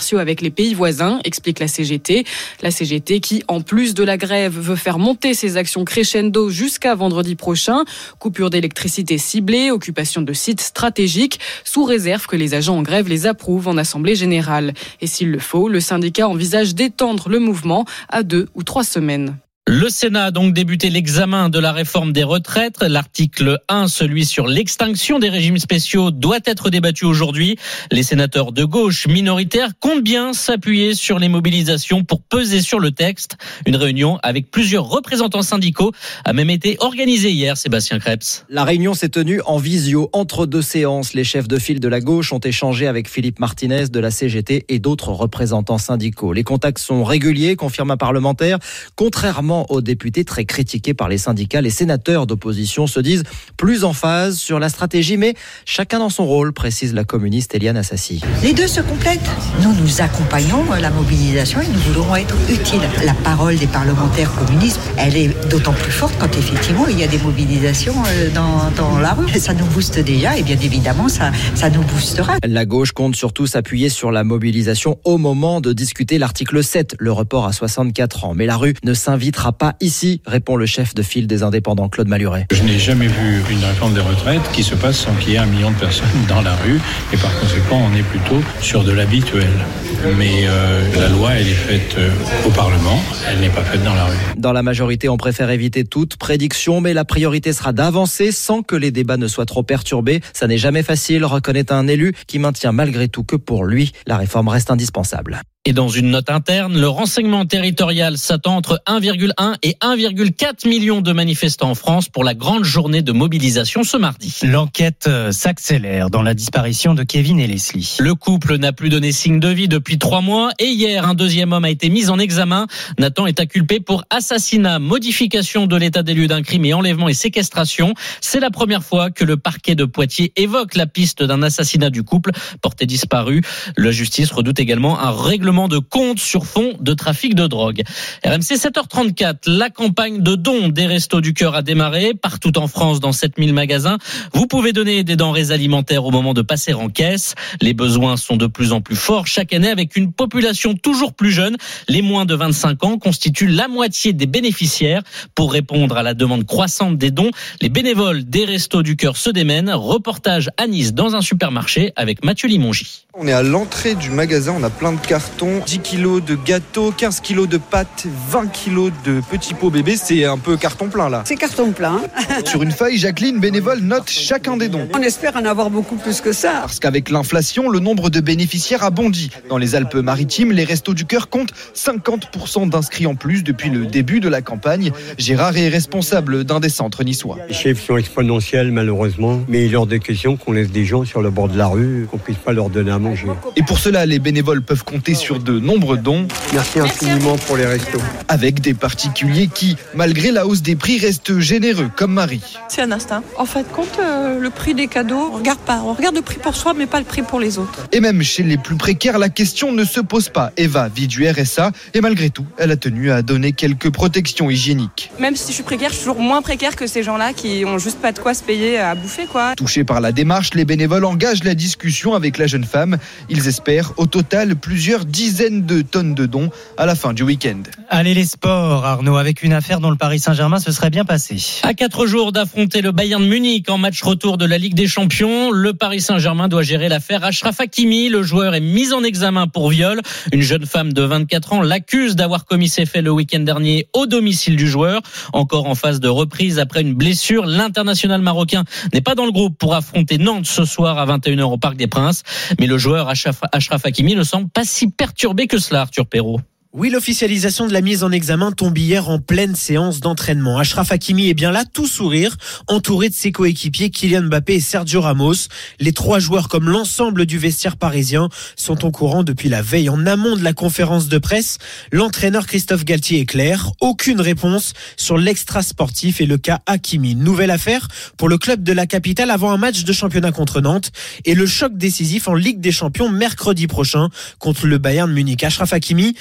commerciaux avec les pays voisins, explique la C G T. La C G T qui, en plus de la grève, veut faire monter ses actions crescendo jusqu'à vendredi prochain. Coupure d'électricité ciblée, occupation de sites stratégiques, sous réserve que les agents en grève les approuvent en assemblée générale. Et s'il le faut, le syndicat envisage d'étendre le mouvement à deux ou trois semaines. Le Sénat a donc débuté l'examen de la réforme des retraites. L'article un, celui sur l'extinction des régimes spéciaux, doit être débattu aujourd'hui. Les sénateurs de gauche minoritaires comptent bien s'appuyer sur les mobilisations pour peser sur le texte. Une réunion avec plusieurs représentants syndicaux a même été organisée hier, Sébastien Krebs. La réunion s'est tenue en visio entre deux séances. Les chefs de file de la gauche ont échangé avec Philippe Martinez de la C G T et d'autres représentants syndicaux. Les contacts sont réguliers, confirme un parlementaire, contrairement aux députés très critiqués par les syndicats. Les sénateurs d'opposition se disent plus en phase sur la stratégie, mais chacun dans son rôle, précise la communiste Eliane Assassi. Les deux se complètent. Nous, nous accompagnons la mobilisation et nous voulons être utiles. La parole des parlementaires communistes, elle est d'autant plus forte quand effectivement il y a des mobilisations dans, dans la rue. Ça nous booste déjà et bien évidemment ça, ça nous boostera. La gauche compte surtout s'appuyer sur la mobilisation au moment de discuter l'article sept, le report à soixante-quatre ans. Mais la rue ne s'invitera pas ici, répond le chef de file des Indépendants, Claude Maluret. Je n'ai jamais vu une réforme des retraites qui se passe sans qu'il y ait un million de personnes dans la rue et par conséquent on est plutôt sur de l'habituel. Mais euh, la loi elle est faite euh, au Parlement, elle n'est pas faite dans la rue. Dans la majorité, on préfère éviter toute prédiction, mais la priorité sera d'avancer sans que les débats ne soient trop perturbés. Ça n'est jamais facile, reconnaît un élu qui maintient malgré tout que pour lui, la réforme reste indispensable. Et dans une note interne, le renseignement territorial s'attend entre un virgule un et un virgule quatre million de manifestants en France pour la grande journée de mobilisation ce mardi. L'enquête s'accélère dans la disparition de Kevin et Leslie. Le couple n'a plus donné signe de vie depuis trois mois et hier, un deuxième homme a été mis en examen. Nathan est inculpé pour assassinat, modification de l'état des lieux d'un crime et enlèvement et séquestration. C'est la première fois que le parquet de Poitiers évoque la piste d'un assassinat du couple porté disparu. La justice redoute également un règlement de compte sur fond de trafic de drogue. R M C sept heures trente-quatre, la campagne de dons des Restos du Cœur a démarré partout en France dans sept mille magasins. Vous pouvez donner des denrées alimentaires au moment de passer en caisse. Les besoins sont de plus en plus forts chaque année avec une population toujours plus jeune. Les moins de vingt-cinq ans constituent la moitié des bénéficiaires. Pour répondre à la demande croissante des dons, les bénévoles des Restos du Cœur se démènent. Reportage à Nice dans un supermarché avec Mathieu Limongi. On est à l'entrée du magasin, on a plein de cartons, dix kilos de gâteaux, quinze kilos de pâtes, vingt kilos de petits pots bébés, c'est un peu carton plein là. C'est carton plein. Sur une feuille, Jacqueline, bénévole, note chacun des dons. On espère en avoir beaucoup plus que ça. Parce qu'avec l'inflation, le nombre de bénéficiaires a bondi. Dans les Alpes-Maritimes, les Restos du Cœur comptent cinquante pour cent d'inscrits en plus depuis le début de la campagne. Gérard est responsable d'un des centres niçois. Les chiffres sont exponentiels malheureusement, mais il est hors de question qu'on laisse des gens sur le bord de la rue, qu'on puisse pas leur donner à manger. Et pour cela, les bénévoles peuvent compter sur de nombreux dons. Merci infiniment pour les restos. Avec des particuliers qui, malgré la hausse des prix, restent généreux, comme Marie. C'est un instinct. En fin de compte, euh, le prix des cadeaux, on regarde pas. On regarde le prix pour soi, mais pas le prix pour les autres. Et même chez les plus précaires, la question ne se pose pas. Eva vit du R S A et malgré tout, elle a tenu à donner quelques protections hygiéniques. Même si je suis précaire, je suis toujours moins précaire que ces gens-là qui ont juste pas de quoi se payer à bouffer, quoi. Touchés par la démarche, les bénévoles engagent la discussion avec la jeune femme. Ils espèrent au total plusieurs dizaines de tonnes de dons à la fin du week-end. Allez les sports, Arnaud, avec une affaire dont le Paris Saint-Germain se serait bien passé. À quatre jours d'affronter le Bayern de Munich en match retour de la Ligue des Champions, le Paris Saint-Germain doit gérer l'affaire Achraf Hakimi. Le joueur est mis en examen pour viol. Une jeune femme de vingt-quatre ans l'accuse d'avoir commis ces faits le week-end dernier au domicile du joueur. Encore en phase de reprise après une blessure, l'international marocain n'est pas dans le groupe pour affronter Nantes ce soir à vingt et une heures au Parc des Princes. Mais le joueur Achraf, Achraf Hakimi ne semble pas si perturbé que cela, Arthur Perrault. Oui, l'officialisation de la mise en examen tombe hier en pleine séance d'entraînement. Achraf Hakimi est bien là, tout sourire, entouré de ses coéquipiers Kylian Mbappé et Sergio Ramos. Les trois joueurs, comme l'ensemble du vestiaire parisien, sont au courant depuis la veille. En amont de la conférence de presse, l'entraîneur Christophe Galtier est clair. Aucune réponse sur l'extra sportif et le cas Hakimi. Nouvelle affaire pour le club de la capitale avant un match de championnat contre Nantes et le choc décisif en Ligue des Champions mercredi prochain contre le Bayern de Munich. Achraf Hakimi, qui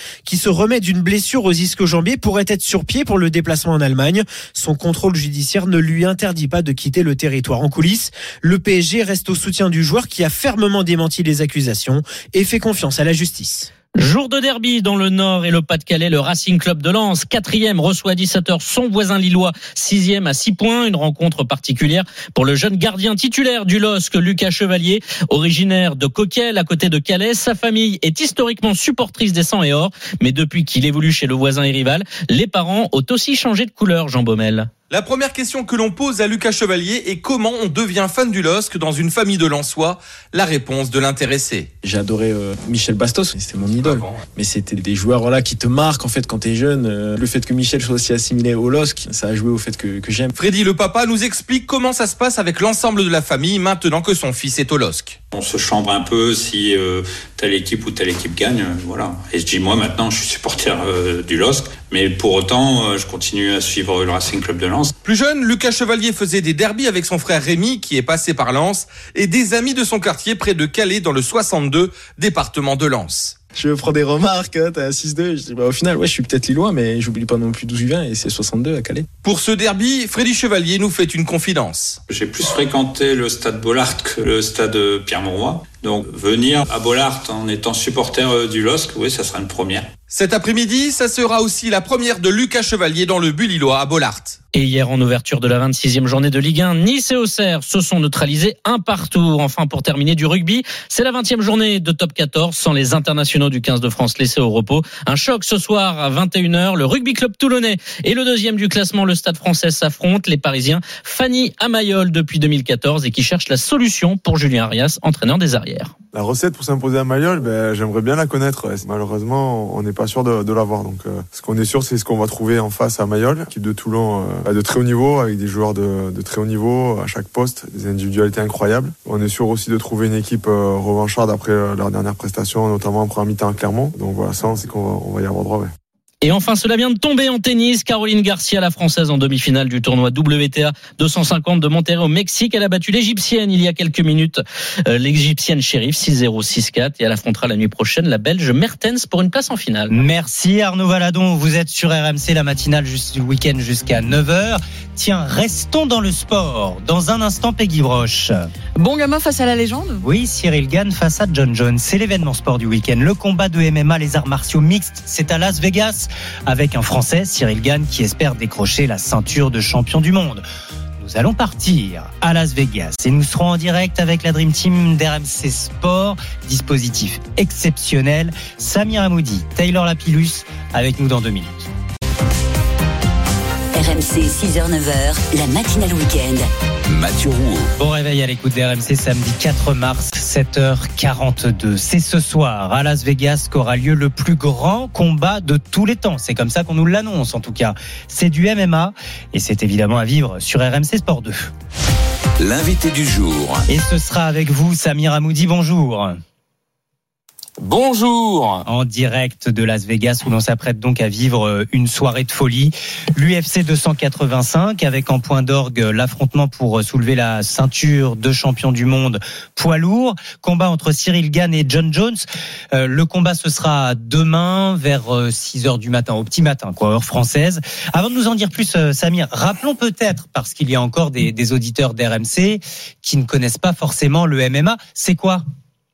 se remet d'une blessure aux ischio-jambiers, pourrait être sur pied pour le déplacement en Allemagne. Son contrôle judiciaire ne lui interdit pas de quitter le territoire. En coulisses, le P S G reste au soutien du joueur qui a fermement démenti les accusations et fait confiance à la justice. Jour de derby dans le Nord et le Pas-de-Calais, le Racing Club de Lens, quatrième, reçoit à dix-sept heures son voisin lillois, sixième à six points. Une rencontre particulière pour le jeune gardien titulaire du L O S C, Lucas Chevalier, originaire de Coquel, à côté de Calais. Sa famille est historiquement supportrice des Sang et Or, mais depuis qu'il évolue chez le voisin et rival, les parents ont aussi changé de couleur, Jean Baumel. La première question que l'on pose à Lucas Chevalier est comment on devient fan du L O S C dans une famille de Lensois. La réponse de l'intéressé. J'ai adoré euh, Michel Bastos, c'était mon idole. Mais c'était des joueurs voilà, qui te marquent en fait quand t'es jeune. Euh, le fait que Michel soit aussi assimilé au L O S C, ça a joué au fait que, que j'aime. Freddy le papa nous explique comment ça se passe avec l'ensemble de la famille maintenant que son fils est au L O S C. On se chambre un peu si euh, telle équipe ou telle équipe gagne, euh, voilà. Et je dis moi maintenant je suis supporter euh, du L O S C, mais pour autant euh, je continue à suivre le Racing Club de Lens. Plus jeune, Lucas Chevalier faisait des derbies avec son frère Rémi qui est passé par Lens et des amis de son quartier près de Calais dans le soixante-deux, département de Lens. Je prends des remarques, hein, t'es à six deux, je dis bah au final ouais je suis peut-être lillois mais j'oublie pas non plus d'où je viens et c'est soixante-deux à Calais. Pour ce derby, Freddy Chevalier nous fait une confidence. J'ai plus fréquenté le stade Bollaert que le stade Pierre-Mauroy. Donc venir à Bollaert en étant supporter du L O S C, oui ça sera une première. Cet après-midi, ça sera aussi la première de Lucas Chevalier dans le but lillois à Bollaert. Et hier, en ouverture de la vingt-sixième journée de Ligue un, Nice et Auxerre se sont neutralisés un partout. Enfin, pour terminer du rugby, c'est la vingtième journée de top quatorze sans les internationaux du quinze de France laissés au repos. Un choc ce soir à vingt et une heures. Le rugby club toulonnais et le deuxième du classement, le Stade Français, s'affrontent. Les Parisiens, Fanny Amayol depuis deux mille quatorze et qui cherchent la solution pour Julien Arias, entraîneur des arrières. La recette pour s'imposer à Mayol, ben, j'aimerais bien la connaître. Malheureusement, on n'est pas sûr de, de l'avoir. Donc, euh, ce qu'on est sûr, c'est ce qu'on va trouver en face à Mayol, équipe de Toulon euh, de très haut niveau, avec des joueurs de, de très haut niveau à chaque poste, des individualités incroyables. On est sûr aussi de trouver une équipe euh, revancharde après euh, leur dernière prestation, notamment en première mi-temps à Clermont. Donc voilà, ça, c'est qu'on va, on va y avoir droit. Ouais. Et enfin, cela vient de tomber en tennis. Caroline Garcia, la Française en demi-finale du tournoi W T A deux cent cinquante de Monterrey au Mexique. Elle a battu l'Égyptienne il y a quelques minutes. Euh, L'Égyptienne Chérif, six zéro, six quatre. Et elle affrontera la nuit prochaine la Belge Mertens pour une place en finale. Merci Arnaud Valadon. Vous êtes sur R M C, la matinale du week-end jusqu'à neuf heures. Tiens, restons dans le sport. Dans un instant, Peggy Broche. Bon gamin face à la légende ? Oui, Cyril Gane face à John Jones. C'est l'événement sport du week-end. Le combat de M M A, les arts martiaux mixtes, c'est à Las Vegas. Avec un Français, Cyril Gane, qui espère décrocher la ceinture de champion du monde. Nous allons partir à Las Vegas et nous serons en direct avec la Dream Team d'R M C Sport. Dispositif exceptionnel. Samir Amoudi, Taylor Lapillus, avec nous dans deux minutes. R M C, six heures neuf heures, la matinale week-end. Mathieu Rouault. Bon réveil à l'écoute d'R M C, samedi quatre mars, sept heures quarante-deux. C'est ce soir à Las Vegas qu'aura lieu le plus grand combat de tous les temps. C'est comme ça qu'on nous l'annonce en tout cas. C'est du M M A et c'est évidemment à vivre sur R M C Sport deux. L'invité du jour. Et ce sera avec vous, Samir Amoudi. Bonjour. Bonjour. En direct de Las Vegas où l'on s'apprête donc à vivre une soirée de folie. L'U F C deux cent quatre-vingt-cinq avec en point d'orgue l'affrontement pour soulever la ceinture de champion du monde poids lourd. Combat entre Cyril Gane et John Jones. Euh, le combat ce sera demain vers six heures du matin, au petit matin, quoi, heure française. Avant de nous en dire plus, euh, Samir, rappelons peut-être, parce qu'il y a encore des, des auditeurs d'R M C qui ne connaissent pas forcément le M M A. C'est quoi ?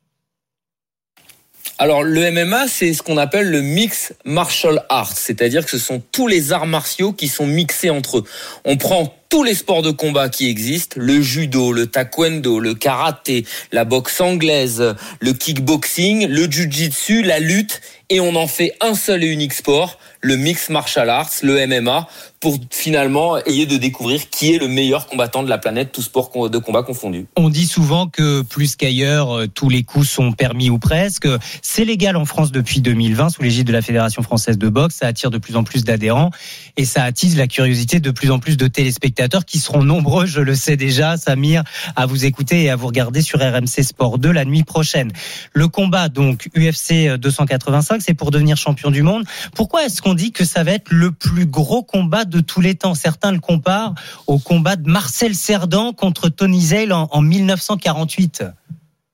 Alors le M M A, c'est ce qu'on appelle le Mixed Martial Arts, c'est-à-dire que ce sont tous les arts martiaux qui sont mixés entre eux. On prend tous les sports de combat qui existent, le judo, le taekwondo, le karaté, la boxe anglaise, le kickboxing, le jiu-jitsu, la lutte, et on en fait un seul et unique sport, le Mixed Martial Arts, le M M A, pour finalement essayer de découvrir qui est le meilleur combattant de la planète, tout sport de combat confondu. On dit souvent que plus qu'ailleurs, tous les coups sont permis ou presque. C'est légal en France depuis deux mille vingt, sous l'égide de la Fédération française de boxe. Ça attire de plus en plus d'adhérents et ça attise la curiosité de plus en plus de téléspectateurs qui seront nombreux, je le sais déjà, Samir, à vous écouter et à vous regarder sur R M C Sport deux la nuit prochaine. Le combat, donc, U F C deux cent quatre-vingt-cinq, c'est pour devenir champion du monde. Pourquoi est-ce qu'on dit que ça va être le plus gros combat de tous les temps? Certains le comparent au combat de Marcel Cerdan contre Tony Zeil en, en mille neuf cent quarante-huit.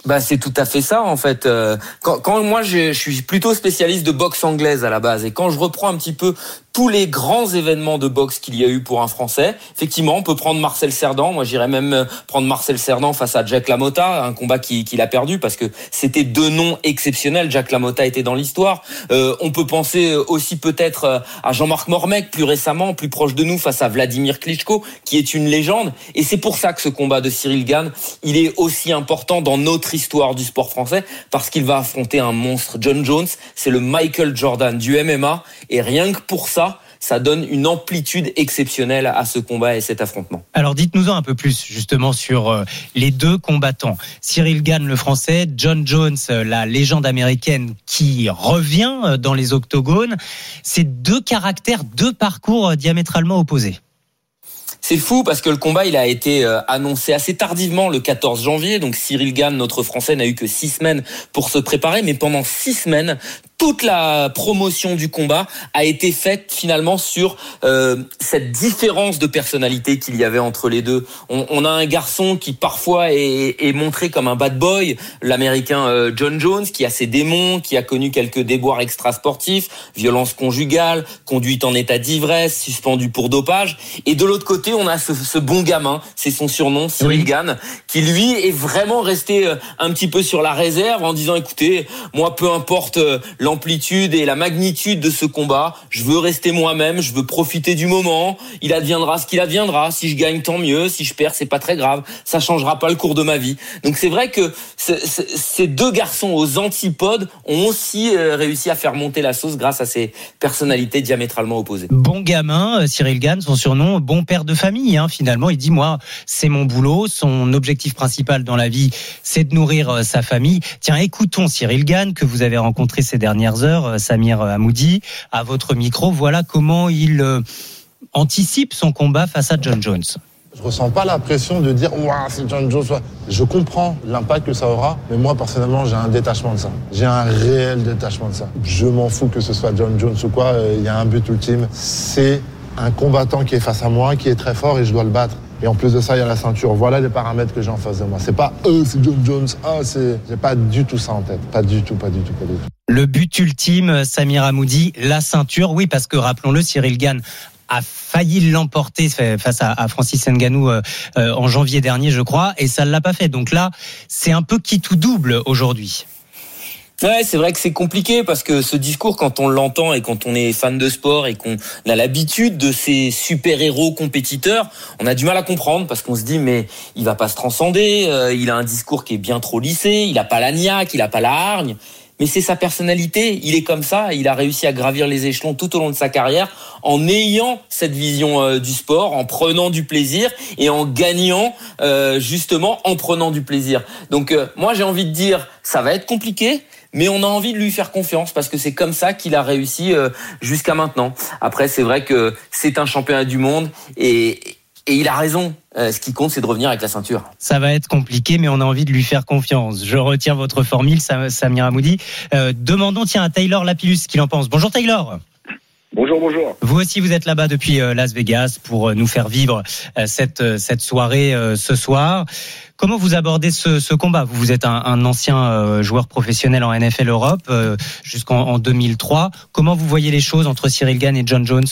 Bah c'est tout à fait ça en fait. Euh, quand, quand moi je, je suis plutôt spécialiste de boxe anglaise à la base et quand je reprends un petit peu tous les grands événements de boxe qu'il y a eu pour un Français, effectivement on peut prendre Marcel Cerdan. Moi j'irais même prendre Marcel Cerdan face à Jack LaMotta, un combat qui, qu'il a perdu parce que c'était deux noms exceptionnels. Jack LaMotta était dans l'histoire. Euh, on peut penser aussi peut-être à Jean-Marc Mormec plus récemment, plus proche de nous face à Vladimir Klitschko qui est une légende. Et c'est pour ça que ce combat de Cyril Gane, il est aussi important dans notre histoire du sport français parce qu'il va affronter un monstre. John Jones, c'est le Michael Jordan du M M A et rien que pour ça, ça donne une amplitude exceptionnelle à ce combat et cet affrontement. Alors dites-nous-en un peu plus justement sur les deux combattants. Cyril Gane, le français, John Jones, la légende américaine qui revient dans les octogones. C'est deux caractères, deux parcours diamétralement opposés. C'est fou parce que le combat il a été annoncé assez tardivement le quatorze janvier. Donc Cyril Gane, notre Français, n'a eu que six semaines pour se préparer. Mais pendant six semaines, toute la promotion du combat a été faite finalement sur euh, cette différence de personnalité qu'il y avait entre les deux. On, on a un garçon qui parfois est, est montré comme un bad boy, l'américain euh, John Jones, qui a ses démons, qui a connu quelques déboires extrasportifs, violence conjugale, conduite en état d'ivresse, suspendu pour dopage. Et de l'autre côté, on a ce, ce bon gamin, c'est son surnom, Cyril oui. Gane, qui lui est vraiment resté un petit peu sur la réserve en disant écoutez, moi peu importe l'amplitude et la magnitude de ce combat, je veux rester moi-même, je veux profiter du moment, il adviendra ce qu'il adviendra, si je gagne tant mieux, si je perds c'est pas très grave, ça changera pas le cours de ma vie. Donc c'est vrai que c- c- ces deux garçons aux antipodes ont aussi réussi à faire monter la sauce grâce à ces personnalités diamétralement opposées. Bon gamin, Cyril Gane, son surnom, bon père de famille, hein, finalement, il dit moi, c'est mon boulot, son objectif principal dans la vie, c'est de nourrir sa famille. Tiens, écoutons Cyril Gane que vous avez rencontré ces dernières heures, Samir Hamoudi, à votre micro. Voilà comment il euh, anticipe son combat face à John Jones. Je ressens pas la pression de dire ouah c'est John Jones. Je comprends l'impact que ça aura, mais moi personnellement j'ai un détachement de ça. J'ai un réel détachement de ça. Je m'en fous que ce soit John Jones ou quoi. Il y a un but ultime, c'est un combattant qui est face à moi, qui est très fort et je dois le battre. Et en plus de ça, il y a la ceinture. Voilà les paramètres que j'ai en face de moi. C'est pas eux, c'est John Jones. Ah, c'est. J'ai pas du tout ça en tête. Pas du tout, pas du tout, pas du tout. Le but ultime, Samir Hamoudi, la ceinture. Oui, parce que rappelons-le, Cyril Gane a failli l'emporter face à Francis Ngannou euh, en janvier dernier, je crois, et ça ne l'a pas fait. Donc là, c'est un peu qui tout double aujourd'hui. Ouais, c'est vrai que c'est compliqué parce que ce discours, quand on l'entend et quand on est fan de sport et qu'on a l'habitude de ces super-héros compétiteurs, on a du mal à comprendre parce qu'on se dit mais il va pas se transcender, euh, il a un discours qui est bien trop lissé, il a pas la niaque, il a pas la hargne. Mais c'est sa personnalité, il est comme ça, il a réussi à gravir les échelons tout au long de sa carrière en ayant cette vision euh, du sport, en prenant du plaisir et en gagnant euh, justement en prenant du plaisir. Donc euh, moi j'ai envie de dire, ça va être compliqué, mais on a envie de lui faire confiance parce que c'est comme ça qu'il a réussi euh, jusqu'à maintenant. Après c'est vrai que c'est un championnat du monde et... Et il a raison. Euh, ce qui compte, c'est de revenir avec la ceinture. Ça va être compliqué, mais on a envie de lui faire confiance. Je retiens votre formule, Samir Hamoudi. Euh, demandons tiens à Taylor Lapillus ce qu'il en pense. Bonjour Taylor. Bonjour, bonjour. Vous aussi, vous êtes là-bas depuis euh, Las Vegas pour euh, nous faire vivre euh, cette euh, cette soirée euh, ce soir. Comment vous abordez ce, ce combat ? Vous, vous êtes un, un ancien euh, joueur professionnel en N F L Europe euh, jusqu'en en deux mille trois. Comment vous voyez les choses entre Cyril Gane et John Jones ?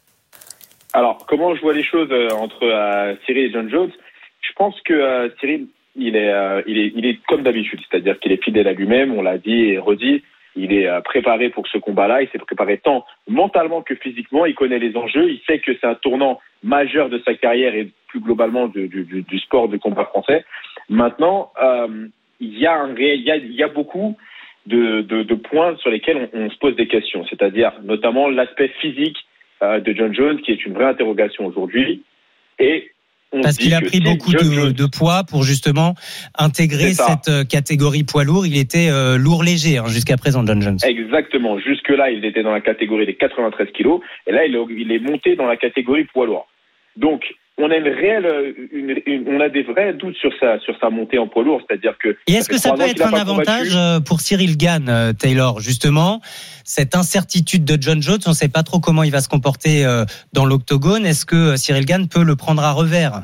Alors, comment je vois les choses euh, entre euh, Cyril et John Jones ? Je pense que euh, Cyril, il est, euh, il est, il est comme d'habitude, c'est-à-dire qu'il est fidèle à lui-même. On l'a dit et redit. Il est euh, préparé pour ce combat-là. Il s'est préparé tant mentalement que physiquement. Il connaît les enjeux. Il sait que c'est un tournant majeur de sa carrière et plus globalement du, du, du sport de combat français. Maintenant, euh, il y a un réel, il y a, il y a beaucoup de, de, de points sur lesquels on, on se pose des questions, c'est-à-dire notamment l'aspect physique de John Jones, qui est une vraie interrogation aujourd'hui. Et on Parce qu'il a pris beaucoup de, Jones... de poids pour justement intégrer cette catégorie poids lourd. Il était euh, lourd léger hein, jusqu'à présent, John Jones. Exactement. Jusque-là, il était dans la catégorie des quatre-vingt-treize kilos. Et là, il est, il est monté dans la catégorie poids lourd. Donc, on a une réelle, une, une, on a des vrais doutes sur sa, sur sa montée en poids lourd, c'est-à-dire que. Et est-ce que ça peut être un avantage combattu. Pour Cyril Gane, Taylor, justement, cette incertitude de John Jones, on ne sait pas trop comment il va se comporter dans l'octogone. Est-ce que Cyril Gane peut le prendre à revers ?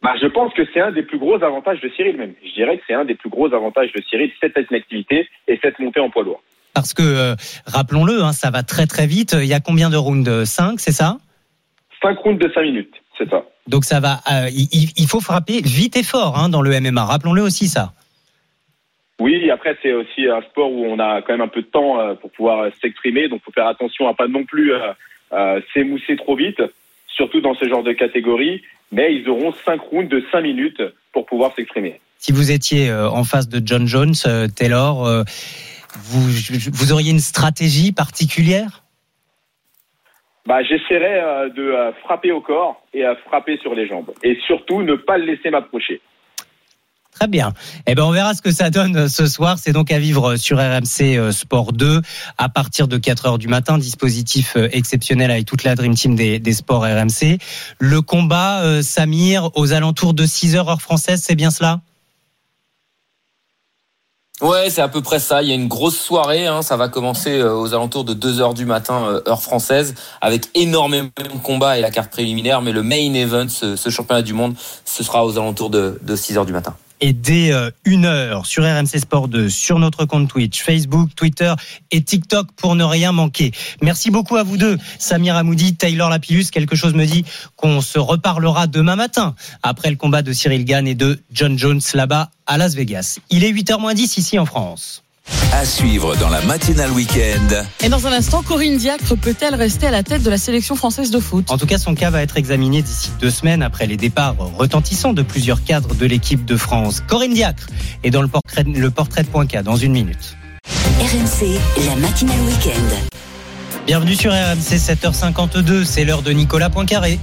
Bah, je pense que c'est un des plus gros avantages de Cyril même. Je dirais que c'est un des plus gros avantages de Cyril, cette inactivité et cette montée en poids lourd. Parce que, euh, rappelons-le, hein, ça va très très vite. Il y a combien de rounds? cinq, c'est ça? cinq rounds de cinq minutes, c'est ça. Donc ça va. Euh, il, il faut frapper vite et fort hein, dans le M M A. Rappelons-le aussi ça. Oui, après c'est aussi un sport où on a quand même un peu de temps euh, pour pouvoir euh, s'exprimer, donc faut faire attention à pas non plus euh, euh, s'émousser trop vite, surtout dans ce genre de catégorie. Mais ils auront cinq rounds de cinq minutes pour pouvoir s'exprimer. Si vous étiez euh, en face de John Jones, euh, Taylor, euh, vous, vous auriez une stratégie particulière? Bah, j'essaierais euh, de euh, frapper au corps et à euh, frapper sur les jambes. Et surtout, ne pas le laisser m'approcher. Très bien. Eh ben, on verra ce que ça donne ce soir. C'est donc à vivre sur R M C Sport deux à partir de quatre heures du matin. Dispositif exceptionnel avec toute la Dream Team des, des sports R M C. Le combat, euh, Samir, aux alentours de six heures heure française, c'est bien cela? Ouais, c'est à peu près ça. Il y a une grosse soirée. Hein. Ça va commencer aux alentours de deux heures du matin, heure française, avec énormément de combats et la carte préliminaire. Mais le main event, ce, ce championnat du monde, ce sera aux alentours de, de six heures du matin. Et dès une heure sur R M C Sport deux, sur notre compte Twitch, Facebook, Twitter et TikTok pour ne rien manquer. Merci beaucoup à vous deux, Samir Hamoudi, Taylor Lapillus. Quelque chose me dit qu'on se reparlera demain matin après le combat de Cyril Gane et de John Jones là-bas à Las Vegas. Il est huit heures moins dix ici en France. À suivre dans la matinale week-end. Et dans un instant, Corinne Diacre peut-elle rester à la tête de la sélection française de foot? En tout cas, son cas va être examiné d'ici deux semaines après les départs retentissants de plusieurs cadres de l'équipe de France. Corinne Diacre est dans le portrait, le portrait de Poinca dans une minute. R M C, la matinale week-end. Bienvenue sur R M C, sept heures cinquante-deux, c'est l'heure de Nicolas Poincaré.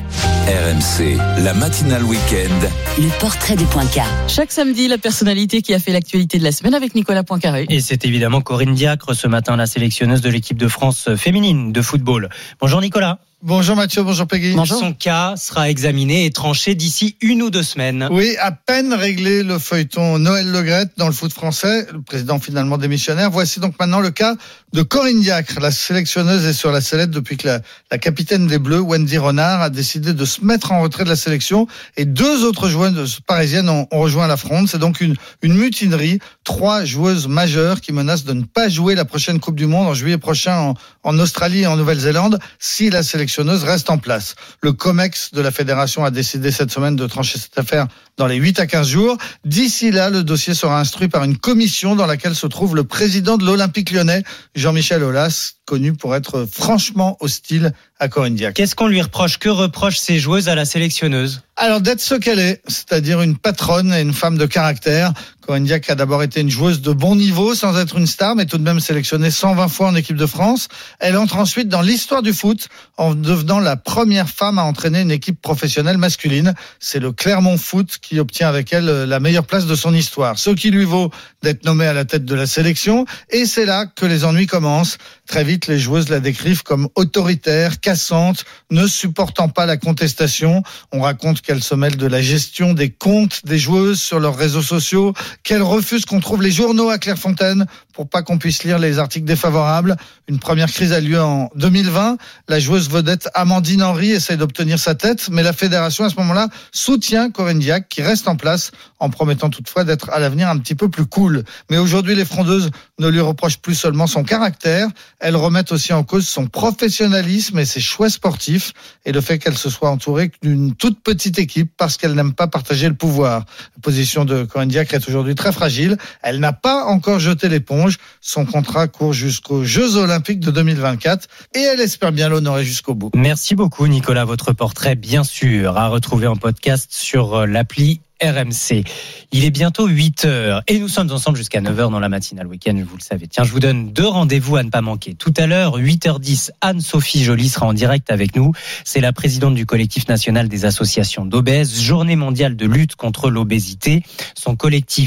R M C, la matinale week-end. Le portrait de Poinca. Chaque samedi, la personnalité qui a fait l'actualité de la semaine avec Nicolas Poincaré. Et c'est évidemment Corinne Diacre ce matin, la sélectionneuse de l'équipe de France féminine de football. Bonjour Nicolas. Bonjour Mathieu, bonjour Peggy. Bonjour. Son cas sera examiné et tranché d'ici une ou deux semaines. Oui, à peine réglé le feuilleton Noël Le Graët dans le foot français, le président finalement démissionnaire. Voici donc maintenant le cas de Corinne Diacre. La sélectionneuse est sur la sellette depuis que la, la capitaine des Bleus, Wendy Renard, a décidé de se mettre en retrait de la sélection et deux autres joueuses parisiennes ont, ont rejoint la fronde. C'est donc une, une mutinerie. Trois joueuses majeures qui menacent de ne pas jouer la prochaine Coupe du Monde en juillet prochain en, en Australie et en Nouvelle-Zélande si la sélection reste en place. Le COMEX de la fédération a décidé cette semaine de trancher cette affaire dans les huit à quinze jours. D'ici là, le dossier sera instruit par une commission dans laquelle se trouve le président de l'Olympique lyonnais, Jean-Michel Aulas, connu pour être franchement hostile à Corinne Diacre. Qu'est-ce qu'on lui reproche? Que reprochent ces joueuses à la sélectionneuse? Alors d'être ce qu'elle est, c'est-à-dire une patronne et une femme de caractère. Corinne Diacre a d'abord été une joueuse de bon niveau sans être une star, mais tout de même sélectionnée cent vingt fois en équipe de France. Elle entre ensuite dans l'histoire du foot en devenant la première femme à entraîner une équipe professionnelle masculine. C'est le Clermont Foot qui obtient avec elle la meilleure place de son histoire. Ce qui lui vaut d'être nommée à la tête de la sélection. Et c'est là que les ennuis commencent. Très vite, les joueuses la décrivent comme autoritaire, cassante, ne supportant pas la contestation. On raconte qu'elle se mêle de la gestion des comptes des joueuses sur leurs réseaux sociaux, qu'elle refuse qu'on trouve les journaux à Clairefontaine pour pas qu'on puisse lire les articles défavorables. Une première crise a lieu en deux mille vingt. La joueuse vedette Amandine Henry essaie d'obtenir sa tête, mais la fédération à ce moment-là soutient Corinne Diacre qui reste en place en promettant toutefois d'être à l'avenir un petit peu plus cool. Mais aujourd'hui, les frondeuses ne lui reprochent plus seulement son caractère, elles remettent aussi en cause son professionnalisme et ses choix sportifs et le fait qu'elle se soit entourée d'une toute petite équipe parce qu'elle n'aime pas partager le pouvoir. La position de Corinne Diacre est aujourd'hui très fragile. Elle n'a pas encore jeté l'éponge. Son contrat court jusqu'aux Jeux Olympiques de deux mille vingt-quatre et elle espère bien l'honorer jusqu'au bout. Merci beaucoup Nicolas, votre portrait bien sûr à retrouver en podcast sur l'appli R M C. Il est bientôt huit heures et nous sommes ensemble jusqu'à neuf heures dans la matinale week-end, vous le savez. Tiens, je vous donne deux rendez-vous à ne pas manquer. Tout à l'heure, huit heures dix, Anne-Sophie Joly sera en direct avec nous. C'est la présidente du collectif national des associations d'obèses, journée mondiale de lutte contre l'obésité. Son collectif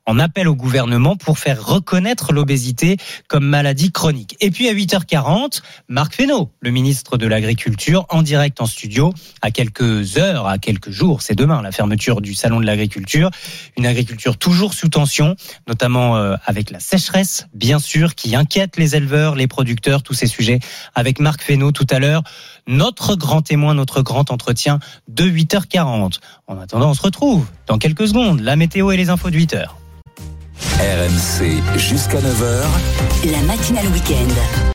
en appel au gouvernement pour faire reconnaître l'obésité comme maladie chronique. Et puis à huit heures quarante, Marc Fesneau, le ministre de l'Agriculture, en direct en studio, à quelques heures, à quelques jours, c'est demain la fermeture du salon de l'agriculture. Une agriculture toujours sous tension, notamment euh, avec la sécheresse, bien sûr, qui inquiète les éleveurs, les producteurs, tous ces sujets. Avec Marc Fesneau tout à l'heure, notre grand témoin, notre grand entretien de huit heures quarante. En attendant, on se retrouve dans quelques secondes. La météo et les infos de huit heures. R M C jusqu'à neuf heures. La matinale week-end.